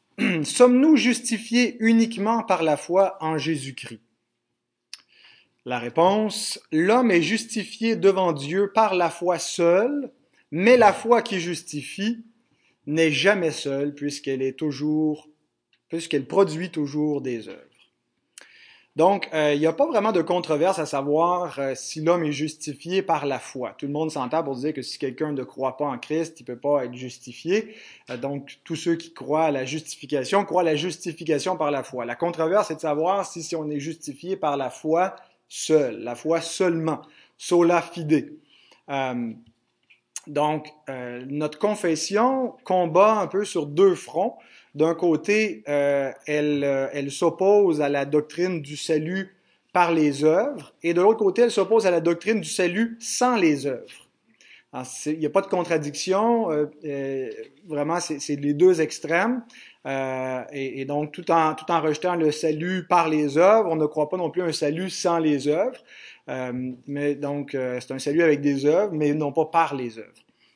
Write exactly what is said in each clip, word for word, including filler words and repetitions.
Sommes-nous justifiés uniquement par la foi en Jésus-Christ? La réponse, l'homme est justifié devant Dieu par la foi seule, mais la foi qui justifie n'est jamais seule puisqu'elle est toujours, puisqu'elle produit toujours des œuvres. Donc, euh, il n'y a pas vraiment de controverse à savoir euh, si l'homme est justifié par la foi. Tout le monde s'entend pour dire que si quelqu'un ne croit pas en Christ, il ne peut pas être justifié. Euh, donc, tous ceux qui croient à la justification croient à la justification par la foi. La controverse est de savoir si, si on est justifié par la foi seule, la foi seulement, sola fide. Euh, donc, euh, notre confession combat un peu sur deux fronts. D'un côté, euh, elle, euh, elle s'oppose à la doctrine du salut par les œuvres, et de l'autre côté, elle s'oppose à la doctrine du salut sans les œuvres. Il n'y a pas de contradiction, euh, euh, vraiment, c'est les deux extrêmes. Euh, et, et donc, tout en, tout en rejetant le salut par les œuvres, on ne croit pas non plus un salut sans les œuvres. Euh, mais donc, euh, c'est un salut avec des œuvres, mais non pas par les œuvres.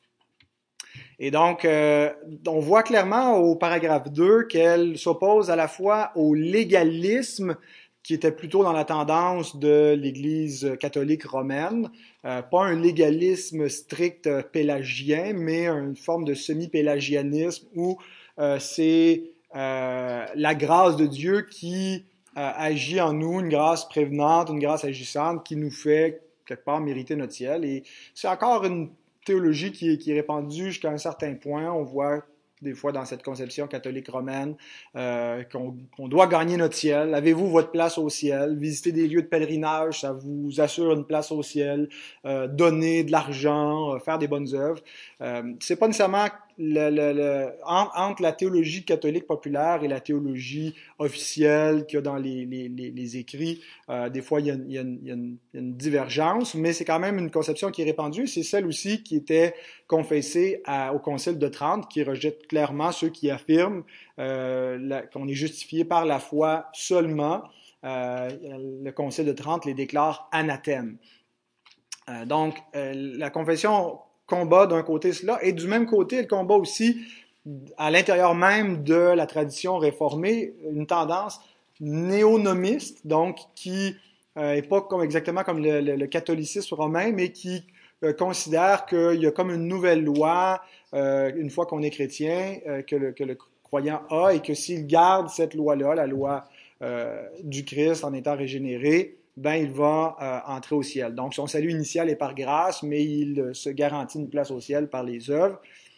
Et donc, euh, on voit clairement au paragraphe deux qu'elle s'oppose à la fois au légalisme, qui était plutôt dans la tendance de l'Église catholique romaine, euh, pas un légalisme strict euh, pélagien, mais une forme de semi-pélagianisme où euh, c'est euh, la grâce de Dieu qui euh, agit en nous, une grâce prévenante, une grâce agissante qui nous fait quelque part mériter notre ciel. Et c'est encore une théologie qui est, qui est répandue jusqu'à un certain point. On voit des fois dans cette conception catholique romaine euh, qu'on qu'on doit gagner notre ciel. Avez-vous votre place au ciel? Visiter des lieux de pèlerinage, ça vous assure une place au ciel. Euh, donner de l'argent, euh, faire des bonnes œuvres. Euh, c'est pas nécessairement le, le, le, en, entre la théologie catholique populaire et la théologie officielle qu'il y a dans les, les, les, les écrits. Euh, des fois, il y, a, il, y a une, il, y a une, il y a une divergence, mais c'est quand même une conception qui est répandue. C'est celle aussi qui était confessée à, au Concile de Trente, qui rejette clairement ceux qui affirment euh, qu'on est justifié par la foi seulement. Euh, le Concile de Trente les déclare anathèmes. Euh, donc, euh, la confession combat d'un côté cela, et du même côté, elle combat aussi, à l'intérieur même de la tradition réformée, une tendance néonomiste, donc qui euh, est pas comme, exactement comme le, le, le catholicisme romain, mais qui euh, considère qu'il y a comme une nouvelle loi, euh, une fois qu'on est chrétien, euh, que, le, que le croyant a, et que s'il garde cette loi-là, la loi euh, du Christ en étant régénéré, ben il va euh, entrer au ciel. Donc son salut initial est par grâce, mais il euh, se garantit une place au ciel par les œuvres.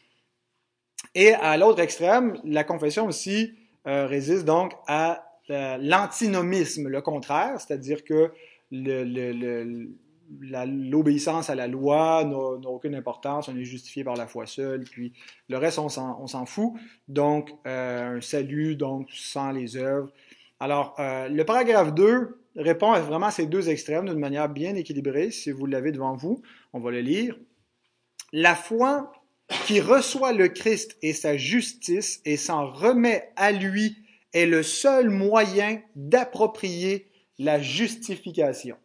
Et à l'autre extrême, la confession aussi euh, résiste donc à euh, l'antinomisme, le contraire, c'est-à-dire que le, le, le, l'obéissance à la loi n'a aucune importance, on est justifié par la foi seule, puis le reste, on s'en fout. Donc, euh, un salut, donc, sans les œuvres. Alors, euh, le paragraphe deux répond à vraiment ces deux extrêmes d'une manière bien équilibrée. Si vous l'avez devant vous, on va le lire. La foi qui reçoit le Christ et sa justice et s'en remet à lui est le seul moyen d'approprier la justification.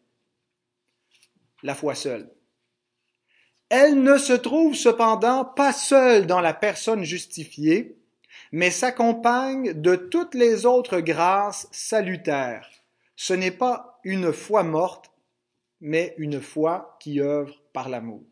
La foi seule. Elle ne se trouve cependant pas seule dans la personne justifiée, mais s'accompagne de toutes les autres grâces salutaires. Ce n'est pas une foi morte, mais une foi qui œuvre par l'amour.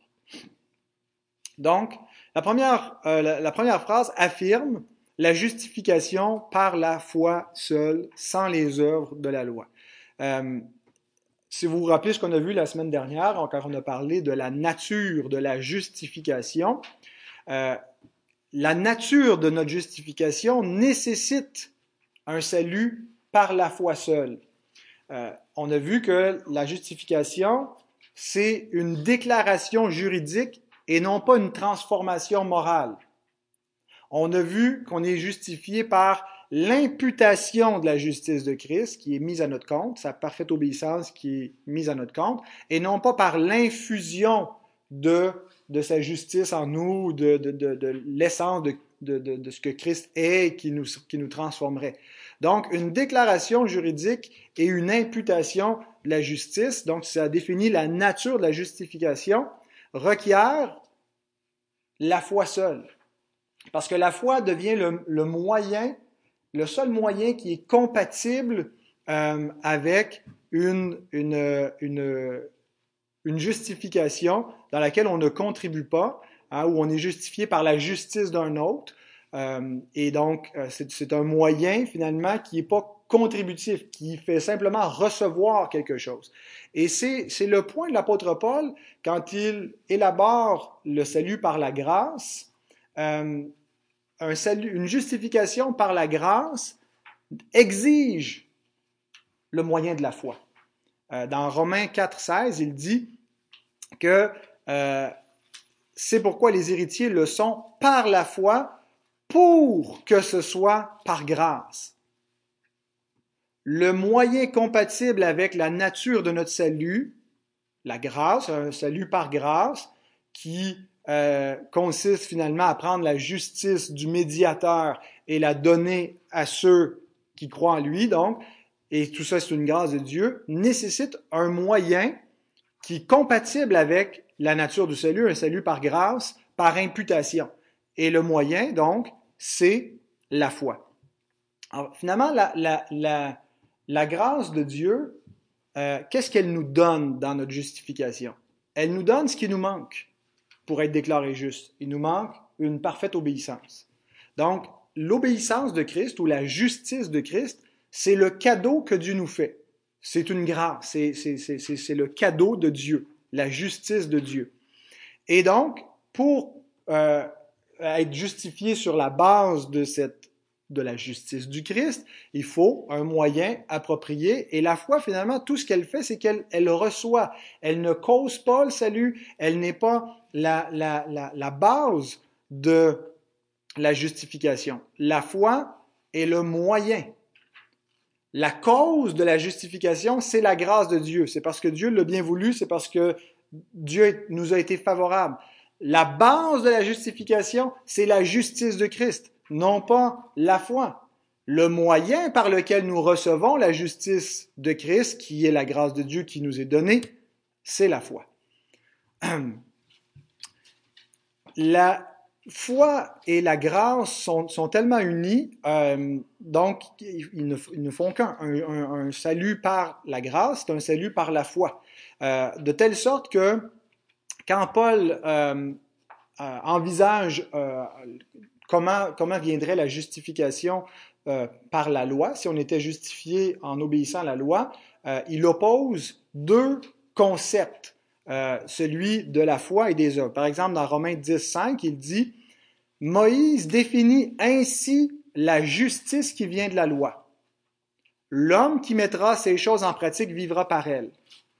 Donc, la première, euh, la, la première phrase affirme la justification par la foi seule, sans les œuvres de la loi. Euh, si vous vous rappelez ce qu'on a vu la semaine dernière, quand on a parlé de la nature de la justification, euh, la nature de notre justification nécessite un salut par la foi seule. Euh, on a vu que la justification, c'est une déclaration juridique et non pas une transformation morale. On a vu qu'on est justifié par l'imputation de la justice de Christ qui est mise à notre compte, sa parfaite obéissance qui est mise à notre compte, et non pas par l'infusion de, de sa justice en nous, de, de, de, de l'essence de, de, de, de ce que Christ est qui nous, qui nous transformerait. Donc, une déclaration juridique et une imputation de la justice, donc ça définit la nature de la justification, requiert la foi seule. Parce que la foi devient le, le moyen le seul moyen qui est compatible euh, avec une, une, une, une justification dans laquelle on ne contribue pas, hein, où on est justifié par la justice d'un autre. Euh, et donc, euh, c'est, c'est un moyen, finalement, qui n'est pas contributif, qui fait simplement recevoir quelque chose. Et c'est, c'est le point de l'apôtre Paul quand il élabore le salut par la grâce. Euh, un salut, une justification par la grâce exige le moyen de la foi. Euh, dans Romains quatre seize, il dit que euh, c'est pourquoi les héritiers le sont par la foi pour que ce soit par grâce. Le moyen compatible avec la nature de notre salut, la grâce, un salut par grâce, qui euh, consiste finalement à prendre la justice du médiateur et la donner à ceux qui croient en lui, donc, et tout ça c'est une grâce de Dieu, nécessite un moyen qui est compatible avec la nature du salut, un salut par grâce, par imputation. Et le moyen, donc, c'est la foi. Alors, finalement, la, la, la, la grâce de Dieu, euh, qu'est-ce qu'elle nous donne dans notre justification? Elle nous donne ce qui nous manque pour être déclaré juste. Il nous manque une parfaite obéissance. Donc, l'obéissance de Christ ou la justice de Christ, c'est le cadeau que Dieu nous fait. C'est une grâce, c'est, c'est, c'est, c'est le cadeau de Dieu, la justice de Dieu. Et donc, pour euh, être justifié sur la base de, cette, de la justice du Christ, il faut un moyen approprié. Et la foi, finalement, tout ce qu'elle fait, c'est qu'elle elle reçoit. Elle ne cause pas le salut, elle n'est pas la, la, la, la base de la justification. La foi est le moyen. La cause de la justification, c'est la grâce de Dieu. C'est parce que Dieu l'a bien voulu, c'est parce que Dieu nous a été favorable. La base de la justification, c'est la justice de Christ, non pas la foi. Le moyen par lequel nous recevons la justice de Christ, qui est la grâce de Dieu qui nous est donnée, c'est la foi. La foi et la grâce sont, sont tellement unis, euh, donc ils ne, ils ne font qu'un. Un, un, un salut par la grâce, c'est un salut par la foi. Euh, de telle sorte que quand Paul euh, euh, envisage euh, comment, comment viendrait la justification euh, par la loi, si on était justifié en obéissant à la loi, euh, il oppose deux concepts. Euh, celui de la foi et des œuvres. Par exemple, dans Romains dix cinq, il dit « Moïse définit ainsi la justice qui vient de la loi. L'homme qui mettra ces choses en pratique vivra par elles. »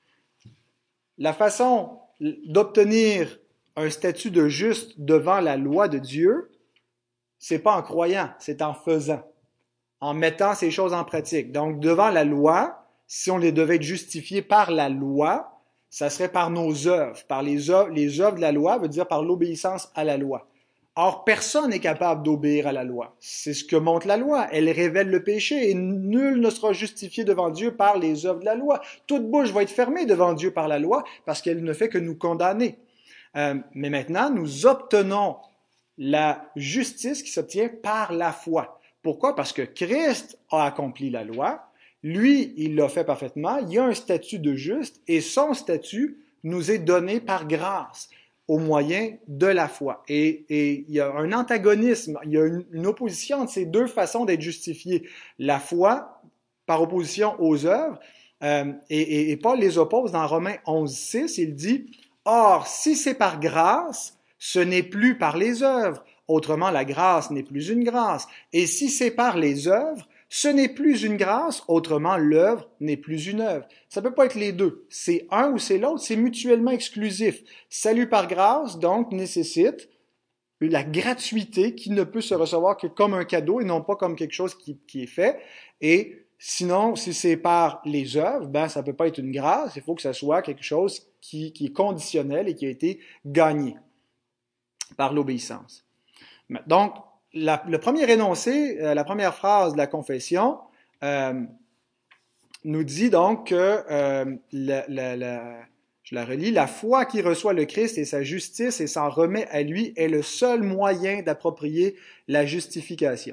La façon d'obtenir un statut de juste devant la loi de Dieu, c'est pas en croyant, c'est en faisant, en mettant ces choses en pratique. Donc, devant la loi, si on les devait être justifiés par la loi, ça serait par nos œuvres, par les œuvres, les œuvres de la loi, veut dire par l'obéissance à la loi. Or, personne n'est capable d'obéir à la loi. C'est ce que montre la loi. Elle révèle le péché et nul ne sera justifié devant Dieu par les œuvres de la loi. Toute bouche va être fermée devant Dieu par la loi parce qu'elle ne fait que nous condamner. Euh, mais maintenant, nous obtenons la justice qui s'obtient par la foi. Pourquoi? Parce que Christ a accompli la loi. Lui, il l'a fait parfaitement. Il y a un statut de juste et son statut nous est donné par grâce au moyen de la foi. Et, et il y a un antagonisme, il y a une, une opposition entre ces deux façons d'être justifié. La foi par opposition aux œuvres. Euh, et, et, et Paul les oppose dans Romains onze six. Il dit « Or, si c'est par grâce, ce n'est plus par les œuvres. Autrement, la grâce n'est plus une grâce. Et si c'est par les œuvres, ce n'est plus une grâce, autrement l'œuvre n'est plus une œuvre. » Ça peut pas être les deux. C'est un ou c'est l'autre, c'est mutuellement exclusif. Salut par grâce, donc, nécessite la gratuité qui ne peut se recevoir que comme un cadeau et non pas comme quelque chose qui, qui est fait. Et sinon, si c'est par les œuvres, ben, ça peut pas être une grâce, il faut que ça soit quelque chose qui, qui est conditionnel et qui a été gagné par l'obéissance. Donc, La, le premier énoncé, euh, la première phrase de la confession, euh, nous dit donc que, euh, la, la, la, je la relis, la foi qui reçoit le Christ et sa justice et s'en remet à lui est le seul moyen d'approprier la justification.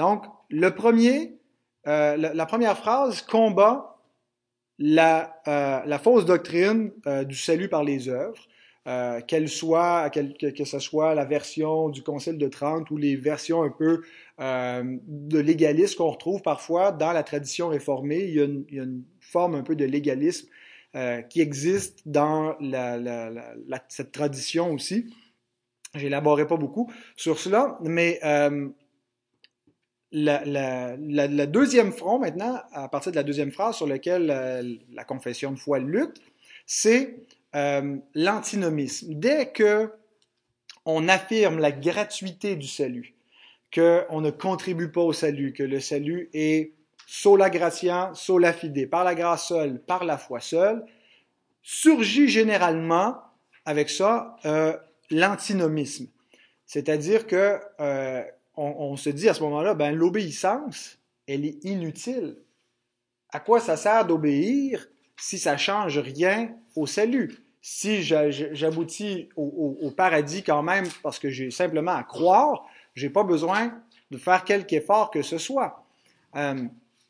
Donc, le premier, euh, la, la première phrase combat la, euh, la fausse doctrine euh, du salut par les œuvres, euh, qu'elle soit, qu'elle, que, que ce soit la version du Concile de Trente ou les versions un peu euh, de légalisme qu'on retrouve parfois dans la tradition réformée. Il y a une, il y a une forme un peu de légalisme euh, qui existe dans la, la, la, la, cette tradition aussi. J'élaborerai pas beaucoup sur cela, mais euh, La, la, la, la, deuxième front maintenant, à partir de la deuxième phrase sur laquelle euh, la confession de foi lutte, c'est euh, l'antinomisme. Dès que on affirme la gratuité du salut, qu'on ne contribue pas au salut, que le salut est sola gratia, sola fide, par la grâce seule, par la foi seule, surgit généralement avec ça euh, l'antinomisme. C'est-à-dire que euh, On, on se dit à ce moment-là, ben, l'obéissance, elle est inutile. À quoi ça sert d'obéir si ça ne change rien au salut? Si j'aboutis au, au, au paradis quand même parce que j'ai simplement à croire, je n'ai pas besoin de faire quelque effort que ce soit. Euh,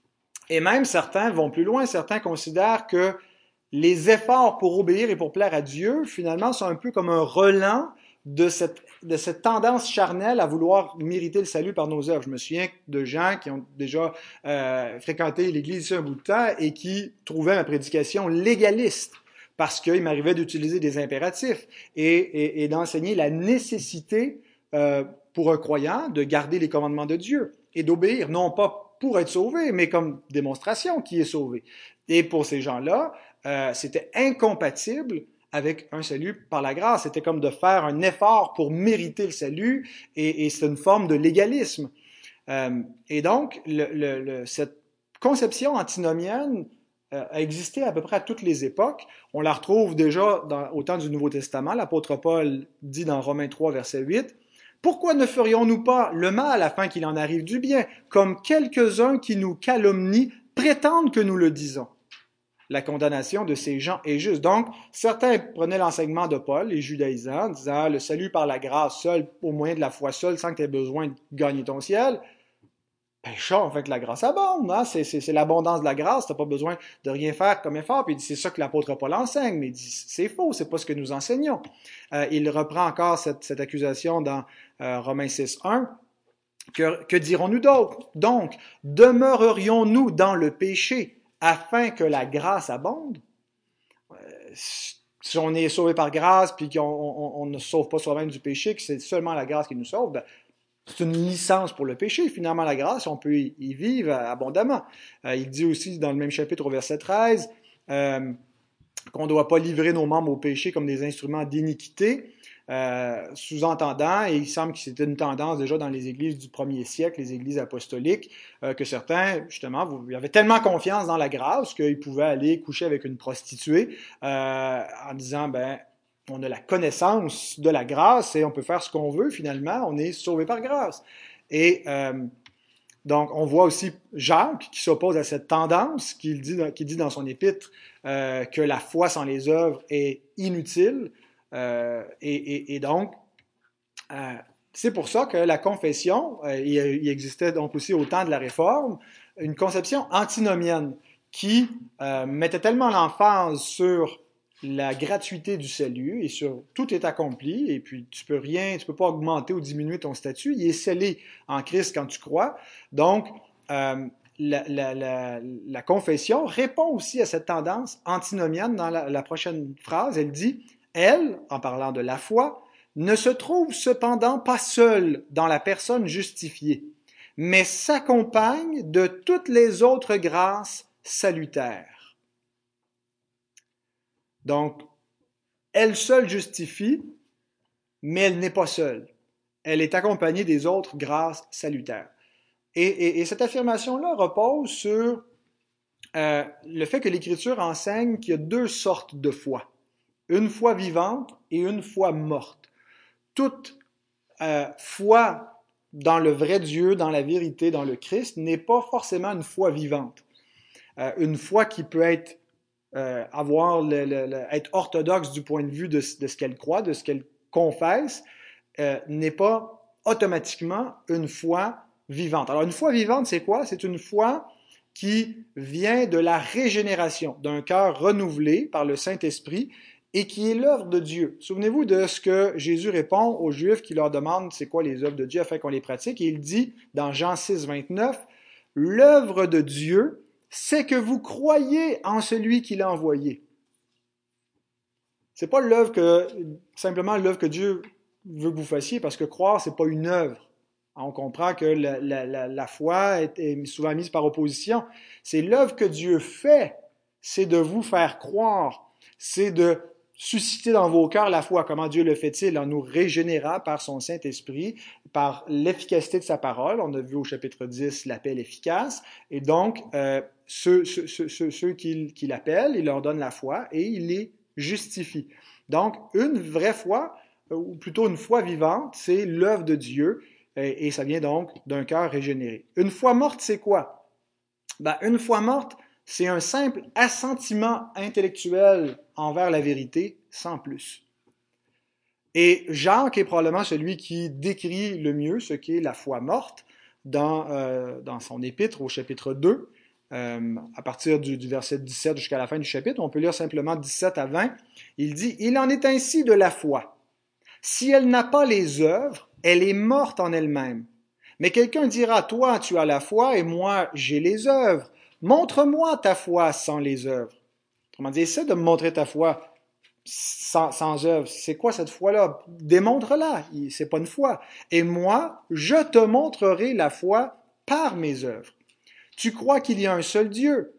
et même certains vont plus loin, certains considèrent que les efforts pour obéir et pour plaire à Dieu, finalement, sont un peu comme un relent de cette, de cette tendance charnelle à vouloir mériter le salut par nos œuvres. Je me souviens de gens qui ont déjà euh, fréquenté l'Église ici un bout de temps et qui trouvaient ma prédication légaliste parce qu'il m'arrivait d'utiliser des impératifs et, et, et d'enseigner la nécessité euh, pour un croyant de garder les commandements de Dieu et d'obéir, non pas pour être sauvé, mais comme démonstration qui est sauvé. Et pour ces gens-là, euh, c'était incompatible avec un salut par la grâce. C'était comme de faire un effort pour mériter le salut et, et c'est une forme de légalisme. Euh, et donc, le, le, le, cette conception antinomienne euh, a existé à peu près à toutes les époques. On la retrouve déjà dans, au temps du Nouveau Testament. L'apôtre Paul dit dans Romains trois, verset huit, « Pourquoi ne ferions-nous pas le mal afin qu'il en arrive du bien, comme quelques-uns qui nous calomnient prétendent que nous le disons? » La condamnation de ces gens est juste. Donc, certains prenaient l'enseignement de Paul, les judaïsants, disant le salut par la grâce seule, au moyen de la foi seule, sans que tu aies besoin de gagner ton ciel. Péchons, fait que la grâce abonde, hein? c'est, c'est, c'est l'abondance de la grâce, tu n'as pas besoin de rien faire comme effort. Puis c'est ça que l'apôtre Paul enseigne, mais il dit c'est faux, c'est pas ce que nous enseignons. Euh, il reprend encore cette, cette accusation dans euh, Romains six, un. Que, que dirons-nous d'autre? Donc, demeurerions-nous dans le péché afin que la grâce abonde? Euh, si on est sauvé par grâce, puis qu'on on, on ne sauve pas soi-même du péché, que c'est seulement la grâce qui nous sauve, ben, c'est une licence pour le péché. Finalement, la grâce, on peut y, y vivre abondamment. Euh, il dit aussi dans le même chapitre au verset treize euh, qu'on ne doit pas livrer nos membres au péché comme des instruments d'iniquité. Euh, sous-entendant, et il semble que c'était une tendance déjà dans les églises du premier siècle, les églises apostoliques, euh, que certains, justement, vous, avaient tellement confiance dans la grâce qu'ils pouvaient aller coucher avec une prostituée euh, en disant, ben, on a la connaissance de la grâce et on peut faire ce qu'on veut finalement, on est sauvé par grâce. Et euh, donc, on voit aussi Jacques qui s'oppose à cette tendance, qui dit, qui dit dans son épître euh, que la foi sans les œuvres est inutile. Euh, et, et, et donc, euh, c'est pour ça que la confession, euh, il, il existait donc aussi au temps de la Réforme, une conception antinomienne qui euh, mettait tellement l'emphase sur la gratuité du salut et sur tout est accompli et puis tu peux rien, tu peux pas augmenter ou diminuer ton statut, il est scellé en Christ quand tu crois. Donc, euh, la, la, la, la confession répond aussi à cette tendance antinomienne dans la, la prochaine phrase. Elle dit elle, en parlant de la foi, ne se trouve cependant pas seule dans la personne justifiée, mais s'accompagne de toutes les autres grâces salutaires. Donc, elle seule justifie, mais elle n'est pas seule. Elle est accompagnée des autres grâces salutaires. Et, et, et cette affirmation-là repose sur euh, le fait que l'Écriture enseigne qu'il y a deux sortes de foi. Une foi vivante et une foi morte. Toute euh, foi dans le vrai Dieu, dans la vérité, dans le Christ, n'est pas forcément une foi vivante. Euh, une foi qui peut être, euh, avoir le, le, le, être orthodoxe du point de vue de, de ce qu'elle croit, de ce qu'elle confesse, euh, n'est pas automatiquement une foi vivante. Alors, une foi vivante, c'est quoi? C'est une foi qui vient de la régénération, d'un cœur renouvelé par le Saint-Esprit et qui est l'œuvre de Dieu. Souvenez-vous de ce que Jésus répond aux Juifs qui leur demandent c'est quoi les œuvres de Dieu afin qu'on les pratique. Et il dit dans Jean six, vingt-neuf, « L'œuvre de Dieu, c'est que vous croyez en celui qui l'a envoyé. » C'est pas l'œuvre que, simplement l'œuvre que Dieu veut que vous fassiez, parce que croire, c'est pas une œuvre. On comprend que la, la, la, la foi est, est souvent mise par opposition. C'est l'œuvre que Dieu fait, c'est de vous faire croire, c'est de susciter dans vos cœurs la foi. Comment Dieu le fait-il? En nous régénérant par son Saint-Esprit, par l'efficacité de sa parole. On a vu au chapitre dix l'appel efficace. Et donc, euh, ceux, ceux, ceux, ceux qui, qui l'appellent, il leur donne la foi et il les justifie. Donc, une vraie foi, ou plutôt une foi vivante, c'est l'œuvre de Dieu. Et, et ça vient donc d'un cœur régénéré. Une foi morte, c'est quoi? Ben, une foi morte, c'est un simple assentiment intellectuel envers la vérité, sans plus. Et Jacques est probablement celui qui décrit le mieux ce qu'est la foi morte dans, euh, dans son épître au chapitre deux, euh, à partir du, du verset dix-sept jusqu'à la fin du chapitre. On peut lire simplement dix-sept à vingt. Il dit « Il en est ainsi de la foi. Si elle n'a pas les œuvres, elle est morte en elle-même. Mais quelqu'un dira, toi, tu as la foi et moi, j'ai les œuvres. Montre-moi ta foi sans les œuvres. » Autrement dit, essaie de me montrer ta foi sans, sans œuvres. C'est quoi cette foi-là? Démontre-la. C'est pas une foi. Et moi, je te montrerai la foi par mes œuvres. Tu crois qu'il y a un seul Dieu.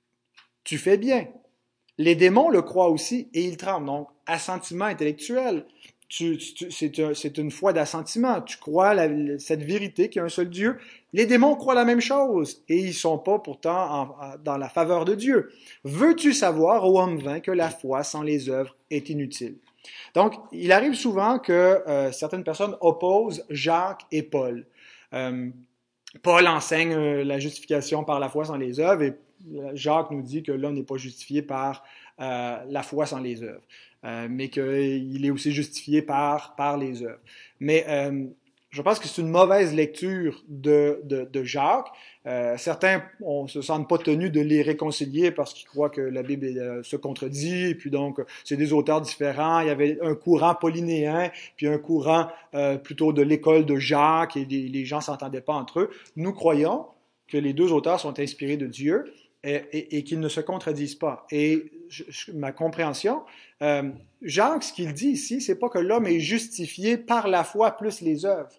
Tu fais bien. Les démons le croient aussi et ils tremblent. Donc, assentiment intellectuel. Tu, tu, c'est, un, c'est une foi d'assentiment. Tu crois la, cette vérité qu'il y a un seul Dieu. Les démons croient la même chose et ils ne sont pas pourtant en, en, dans la faveur de Dieu. Veux-tu savoir, ô homme vain, que la foi sans les œuvres est inutile? Donc, il arrive souvent que euh, certaines personnes opposent Jacques et Paul. Euh, Paul enseigne euh, la justification par la foi sans les œuvres et Jacques nous dit que l'homme n'est pas justifié par euh, la foi sans les œuvres. Euh, mais qu'il est aussi justifié par, par les œuvres. Mais euh, je pense que c'est une mauvaise lecture de, de, de Jacques. Euh, certains ne se sentent pas tenus de les réconcilier parce qu'ils croient que la Bible euh, se contredit, et puis donc c'est des auteurs différents. Il y avait un courant paulinéen, puis un courant euh, plutôt de l'école de Jacques, et les, les gens ne s'entendaient pas entre eux. Nous croyons que les deux auteurs sont inspirés de Dieu, Et, et, et qu'ils ne se contredisent pas. Et je, je, ma compréhension, euh, Jacques, ce qu'il dit ici, c'est pas que l'homme est justifié par la foi plus les œuvres.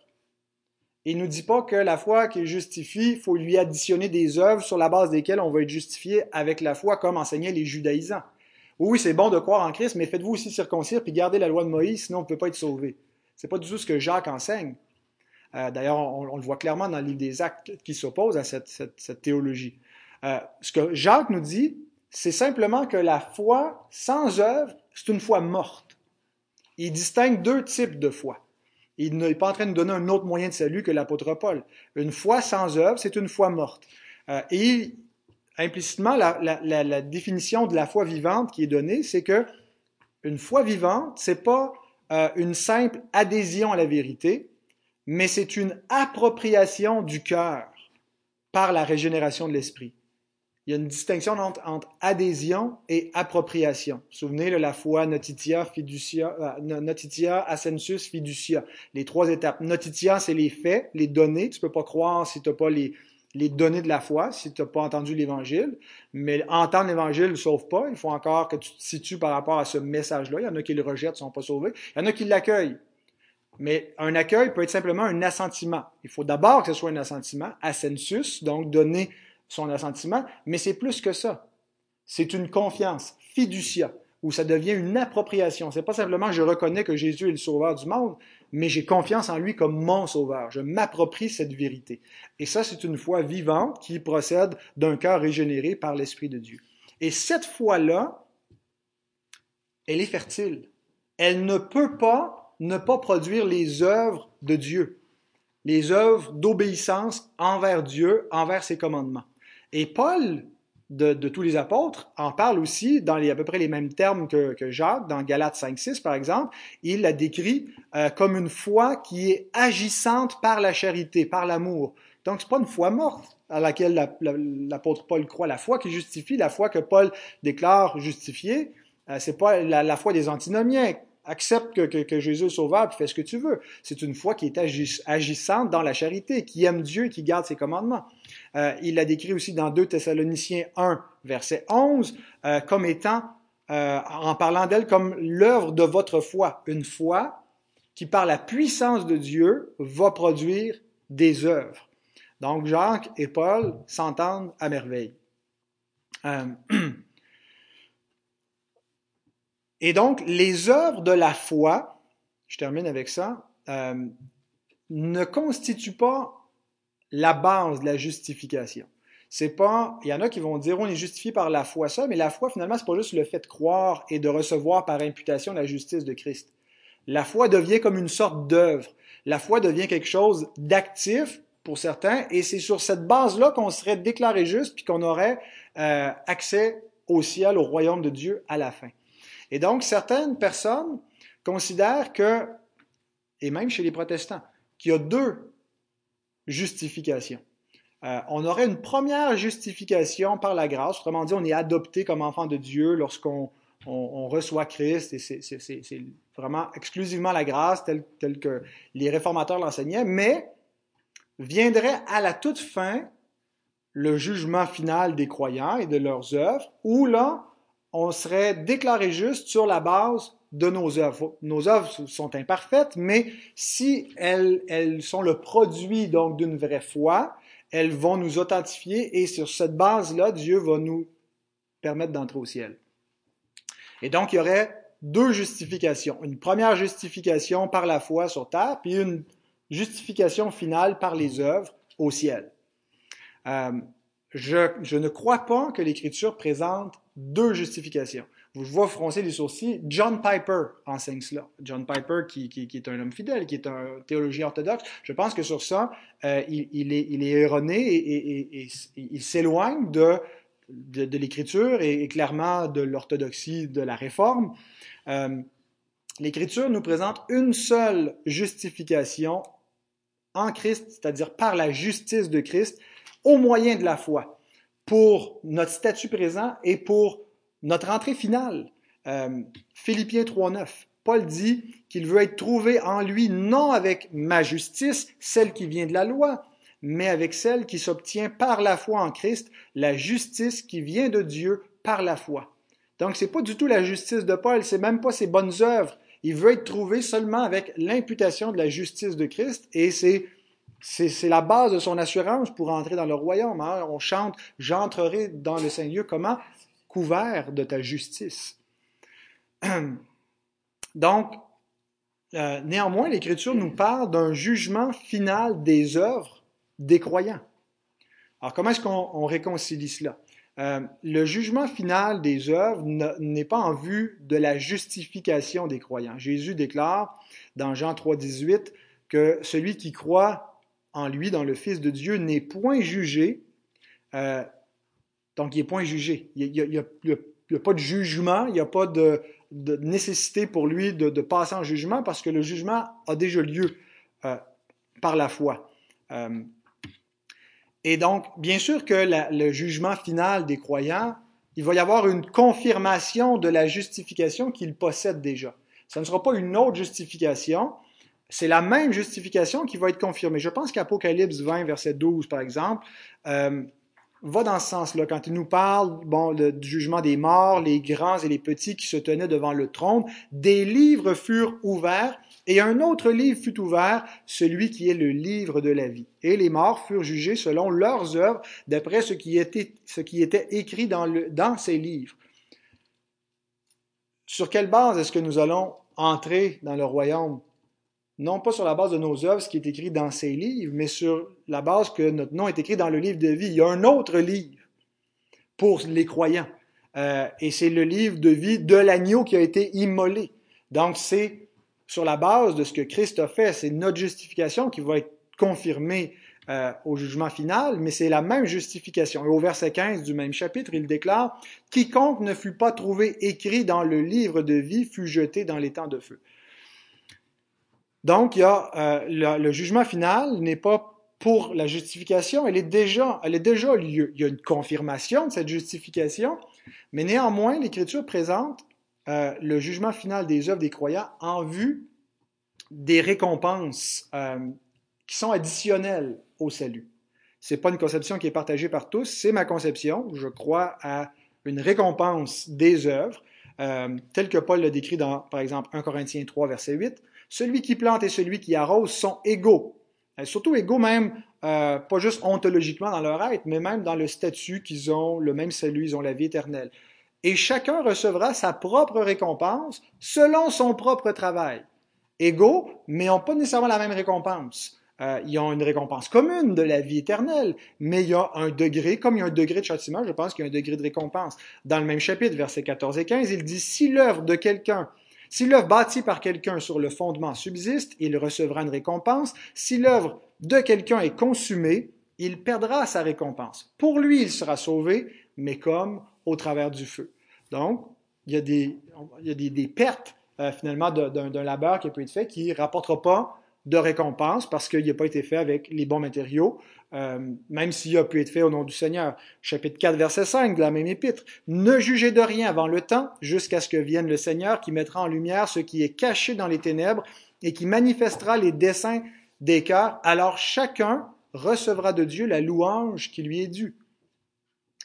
Il nous dit pas que la foi qui justifie, il faut lui additionner des œuvres sur la base desquelles on va être justifié avec la foi, comme enseignaient les judaïsants. Oui, c'est bon de croire en Christ, mais faites-vous aussi circoncire puis gardez la loi de Moïse, sinon on ne peut pas être sauvé. C'est pas du tout ce que Jacques enseigne. Euh, d'ailleurs, on, on le voit clairement dans le livre des Actes qui s'oppose à cette, cette, cette théologie. Euh, ce que Jacques nous dit, c'est simplement que la foi sans œuvre, c'est une foi morte. Il distingue deux types de foi. Il n'est pas en train de donner un autre moyen de salut que l'apôtre Paul. Une foi sans œuvre, c'est une foi morte. Euh, et implicitement, la, la, la, la définition de la foi vivante qui est donnée, c'est que une foi vivante, c'est pas euh, une simple adhésion à la vérité, mais c'est une appropriation du cœur par la régénération de l'esprit. Il y a une distinction entre, entre adhésion et appropriation. Souvenez de la foi notitia, fiducia, euh, notitia, assensus, fiducia. Les trois étapes. Notitia, c'est les faits, les données. Tu ne peux pas croire si tu n'as pas les, les données de la foi, si tu n'as pas entendu l'Évangile. Mais entendre l'Évangile ne sauve pas. Il faut encore que tu te situes par rapport à ce message-là. Il y en a qui le rejettent, ne sont pas sauvés. Il y en a qui l'accueillent. Mais un accueil peut être simplement un assentiment. Il faut d'abord que ce soit un assentiment, assensus, donc donner son assentiment, mais c'est plus que ça. C'est une confiance, fiducia, où ça devient une appropriation. C'est pas simplement je reconnais que Jésus est le sauveur du monde, mais j'ai confiance en lui comme mon sauveur. Je m'approprie cette vérité. Et ça, c'est une foi vivante qui procède d'un cœur régénéré par l'Esprit de Dieu. Et cette foi-là, elle est fertile. Elle ne peut pas ne pas produire les œuvres de Dieu, les œuvres d'obéissance envers Dieu, envers ses commandements. Et Paul, de, de tous les apôtres, en parle aussi dans les, à peu près les mêmes termes que, que Jacques, dans Galates cinq six par exemple. Il la décrit euh, comme une foi qui est agissante par la charité, par l'amour. Donc, c'est pas une foi morte à laquelle la, la, l'apôtre Paul croit. La foi qui justifie, la foi que Paul déclare justifiée, euh, c'est pas la, la foi des antinomiens. Accepte que, que, que Jésus est sauveur et fais ce que tu veux. C'est une foi qui est agis, agissante dans la charité, qui aime Dieu et qui garde ses commandements. Euh, il l'a décrit aussi dans deux Thessaloniciens un, verset onze, euh, comme étant, euh, en parlant d'elle comme l'œuvre de votre foi. Une foi qui, par la puissance de Dieu, va produire des œuvres. Donc, Jacques et Paul s'entendent à merveille. Euh, et donc, les œuvres de la foi, je termine avec ça, euh, ne constituent pas la base de la justification. C'est pas, il y en a qui vont dire on est justifié par la foi seule, mais la foi finalement c'est pas juste le fait de croire et de recevoir par imputation la justice de Christ. La foi devient comme une sorte d'œuvre. La foi devient quelque chose d'actif pour certains, et c'est sur cette base-là qu'on serait déclaré juste puis qu'on aurait euh, accès au ciel, au royaume de Dieu à la fin. Et donc certaines personnes considèrent que, et même chez les protestants, qu'il y a deux justifications. Euh, on aurait une première justification par la grâce, autrement dit, on est adopté comme enfant de Dieu lorsqu'on on, on reçoit Christ, et c'est, c'est, c'est, c'est vraiment exclusivement la grâce, telle, telle que les réformateurs l'enseignaient, mais viendrait à la toute fin le jugement final des croyants et de leurs œuvres, où là, on serait déclaré juste sur la base de nos œuvres. Nos œuvres sont imparfaites, mais si elles, elles sont le produit donc d'une vraie foi, elles vont nous authentifier et sur cette base-là, Dieu va nous permettre d'entrer au ciel. Et donc, il y aurait deux justifications. Une première justification par la foi sur terre, puis une justification finale par les œuvres au ciel. Euh, je, je ne crois pas que l'Écriture présente deux justifications. Je vois froncer les sourcils. John Piper enseigne cela. John Piper, qui, qui, qui est un homme fidèle, qui est un théologien orthodoxe, je pense que sur ça, euh, il, il, est, il est erroné et, et, et, et il s'éloigne de, de, de l'Écriture et, et clairement de l'orthodoxie de la Réforme. Euh, L'Écriture nous présente une seule justification en Christ, c'est-à-dire par la justice de Christ, au moyen de la foi, pour notre statut présent et pour notre entrée finale. Euh, Philippiens trois neuf, Paul dit qu'il veut être trouvé en lui, non avec ma justice, celle qui vient de la loi, mais avec celle qui s'obtient par la foi en Christ, la justice qui vient de Dieu par la foi. Donc, c'est pas du tout la justice de Paul, c'est même pas ses bonnes œuvres. Il veut être trouvé seulement avec l'imputation de la justice de Christ, et c'est C'est, c'est la base de son assurance pour entrer dans le royaume. Hein? On chante « J'entrerai dans le Saint-Lieu comment? Couvert de ta justice. » Donc, euh, néanmoins, l'Écriture nous parle d'un jugement final des œuvres des croyants. Alors, comment est-ce qu'on on réconcilie cela? Euh, le jugement final des œuvres n'est pas en vue de la justification des croyants. Jésus déclare dans Jean trois dix-huit que celui qui croit en lui, dans le Fils de Dieu, n'est point jugé. Euh, donc, il n'est point jugé. Il n'y a, a, a, a pas de jugement, il n'y a pas de, de nécessité pour lui de, de passer en jugement parce que le jugement a déjà lieu euh, par la foi. Euh, et donc, bien sûr que la, le jugement final des croyants, il va y avoir une confirmation de la justification qu'ils possèdent déjà. Ce ne sera pas une autre justification. C'est la même justification qui va être confirmée. Je pense qu'Apocalypse vingt, verset douze, par exemple, euh, va dans ce sens-là. Quand il nous parle bon, le, du jugement des morts, les grands et les petits qui se tenaient devant le trône, des livres furent ouverts, et un autre livre fut ouvert, celui qui est le livre de la vie. Et les morts furent jugés selon leurs œuvres, d'après ce qui était, ce qui était écrit dans, le, dans ces livres. Sur quelle base est-ce que nous allons entrer dans le royaume? Non pas sur la base de nos œuvres, ce qui est écrit dans ces livres, mais sur la base que notre nom est écrit dans le livre de vie. Il y a un autre livre pour les croyants. Euh, et c'est le livre de vie de l'agneau qui a été immolé. Donc, c'est sur la base de ce que Christ a fait. C'est notre justification qui va être confirmée euh, au jugement final, mais c'est la même justification. Et au verset quinze du même chapitre, il déclare « Quiconque ne fut pas trouvé écrit dans le livre de vie fut jeté dans l'étang de feu. » Donc, il y a, euh, le, le jugement final n'est pas pour la justification, elle est déjà, elle est déjà lieu. Il y a une confirmation de cette justification, mais néanmoins, l'Écriture présente euh, le jugement final des œuvres des croyants en vue des récompenses euh, qui sont additionnelles au salut. Ce n'est pas une conception qui est partagée par tous, c'est ma conception. Je crois à une récompense des œuvres, euh, telle que Paul le décrit dans, par exemple, un Corinthiens trois, verset huit. Celui qui plante et celui qui arrose sont égaux. Surtout égaux même, euh, pas juste ontologiquement dans leur être, mais même dans le statut qu'ils ont, le même salut, ils ont la vie éternelle. Et chacun recevra sa propre récompense selon son propre travail. Égaux, mais n'ont pas nécessairement la même récompense. Euh, ils ont une récompense commune de la vie éternelle, mais il y a un degré, comme il y a un degré de châtiment, je pense qu'il y a un degré de récompense. Dans le même chapitre, versets quatorze et quinze, il dit « Si l'œuvre de quelqu'un Si l'œuvre bâtie par quelqu'un sur le fondement subsiste, il recevra une récompense. Si l'œuvre de quelqu'un est consumée, il perdra sa récompense. Pour lui, il sera sauvé, mais comme au travers du feu. » Donc, il y a des, il y a des, des pertes, euh, finalement, d'un, d'un labeur qui peut être fait qui ne rapportera pas de récompense parce qu'il n'a pas été fait avec les bons matériaux, euh, même s'il a pu être fait au nom du Seigneur. Chapitre quatre, verset cinq de la même épître. « Ne jugez de rien avant le temps, jusqu'à ce que vienne le Seigneur qui mettra en lumière ce qui est caché dans les ténèbres et qui manifestera les desseins des cœurs. Alors chacun recevra de Dieu la louange qui lui est due. Euh, »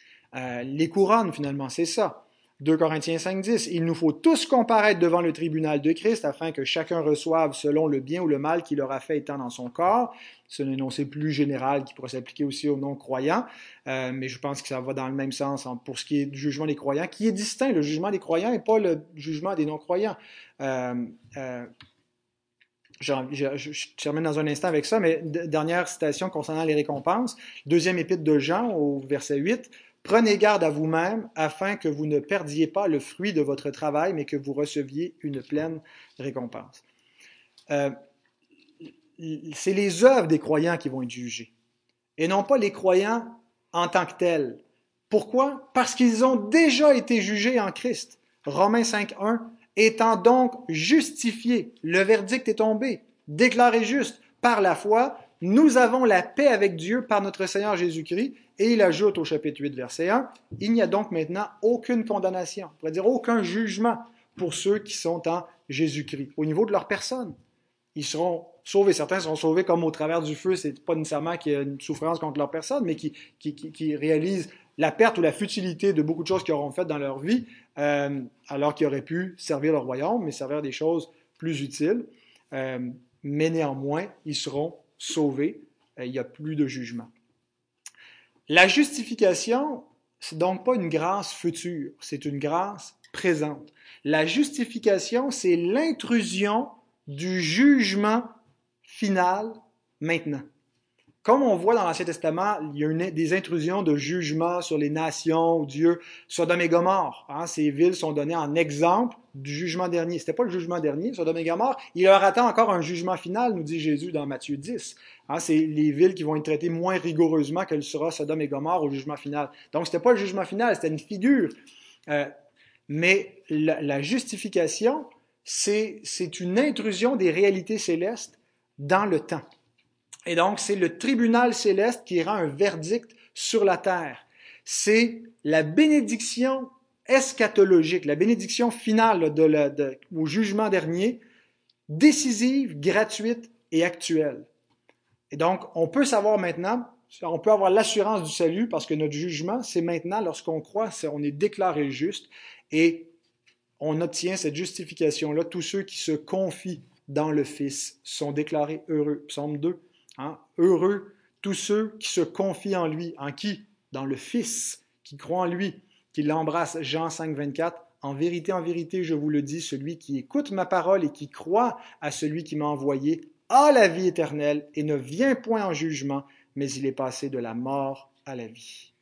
Les couronnes, finalement, c'est ça. deux Corinthiens cinq, dix. « Il nous faut tous comparaître devant le tribunal de Christ afin que chacun reçoive selon le bien ou le mal qu'il aura fait étant dans son corps. » C'est un énoncé plus général qui pourrait s'appliquer aussi aux non-croyants, euh, mais je pense que ça va dans le même sens pour ce qui est du jugement des croyants, qui est distinct. Le jugement des croyants et pas le jugement des non-croyants. Euh, euh, je, je, je termine dans un instant avec ça, mais dernière citation concernant les récompenses. Deuxième épître de Jean, au verset huit. Prenez garde à vous-même afin que vous ne perdiez pas le fruit de votre travail, mais que vous receviez une pleine récompense. Euh, c'est les œuvres des croyants qui vont être jugées, et non pas les croyants en tant que tels. Pourquoi? Parce qu'ils ont déjà été jugés en Christ. Romains cinq, un. Étant donc justifiés, le verdict est tombé, déclaré juste par la foi, nous avons la paix avec Dieu par notre Seigneur Jésus-Christ. Et il ajoute au chapitre huit, verset un, « Il n'y a donc maintenant aucune condamnation, on pourrait dire aucun jugement pour ceux qui sont en Jésus-Christ, au niveau de leur personne. Ils seront sauvés, certains seront sauvés comme au travers du feu, c'est pas nécessairement qu'il y a une souffrance contre leur personne, mais qui, qui, qui, qui réalisent la perte ou la futilité de beaucoup de choses qu'ils auront faites dans leur vie, euh, alors qu'ils auraient pu servir le royaume, mais servir des choses plus utiles. Euh, mais néanmoins, ils seront sauvés, euh, il n'y a plus de jugement. La justification, c'est donc pas une grâce future, c'est une grâce présente. La justification, c'est l'intrusion du jugement final maintenant. Comme on voit dans l'Ancien Testament, il y a une, des intrusions de jugement sur les nations, où Dieu, Sodome et Gomorrhe. Hein, ces villes sont données en exemple du jugement dernier. C'était pas le jugement dernier, Sodome et Gomorrhe. Il leur attend encore un jugement final, nous dit Jésus dans Matthieu dix. Hein, c'est les villes qui vont être traitées moins rigoureusement que le sera Sodome et Gomorrhe au jugement final. Donc, c'était pas le jugement final, c'était une figure. Euh, mais la, la justification, c'est, c'est une intrusion des réalités célestes dans le temps. Et donc, c'est le tribunal céleste qui rend un verdict sur la terre. C'est la bénédiction eschatologique, la bénédiction finale de la, de, au jugement dernier, décisive, gratuite et actuelle. Et donc, on peut savoir maintenant, on peut avoir l'assurance du salut parce que notre jugement, c'est maintenant, lorsqu'on croit, c'est, on est déclaré juste et on obtient cette justification-là. Tous ceux qui se confient dans le Fils sont déclarés heureux. Psaume deux. Hein? Heureux tous ceux qui se confient en lui. En qui? Dans le Fils, qui croit en lui, qui l'embrasse. Jean cinq, vingt-quatre. En vérité, en vérité, je vous le dis, celui qui écoute ma parole et qui croit à celui qui m'a envoyé a la vie éternelle et ne vient point en jugement, mais il est passé de la mort à la vie.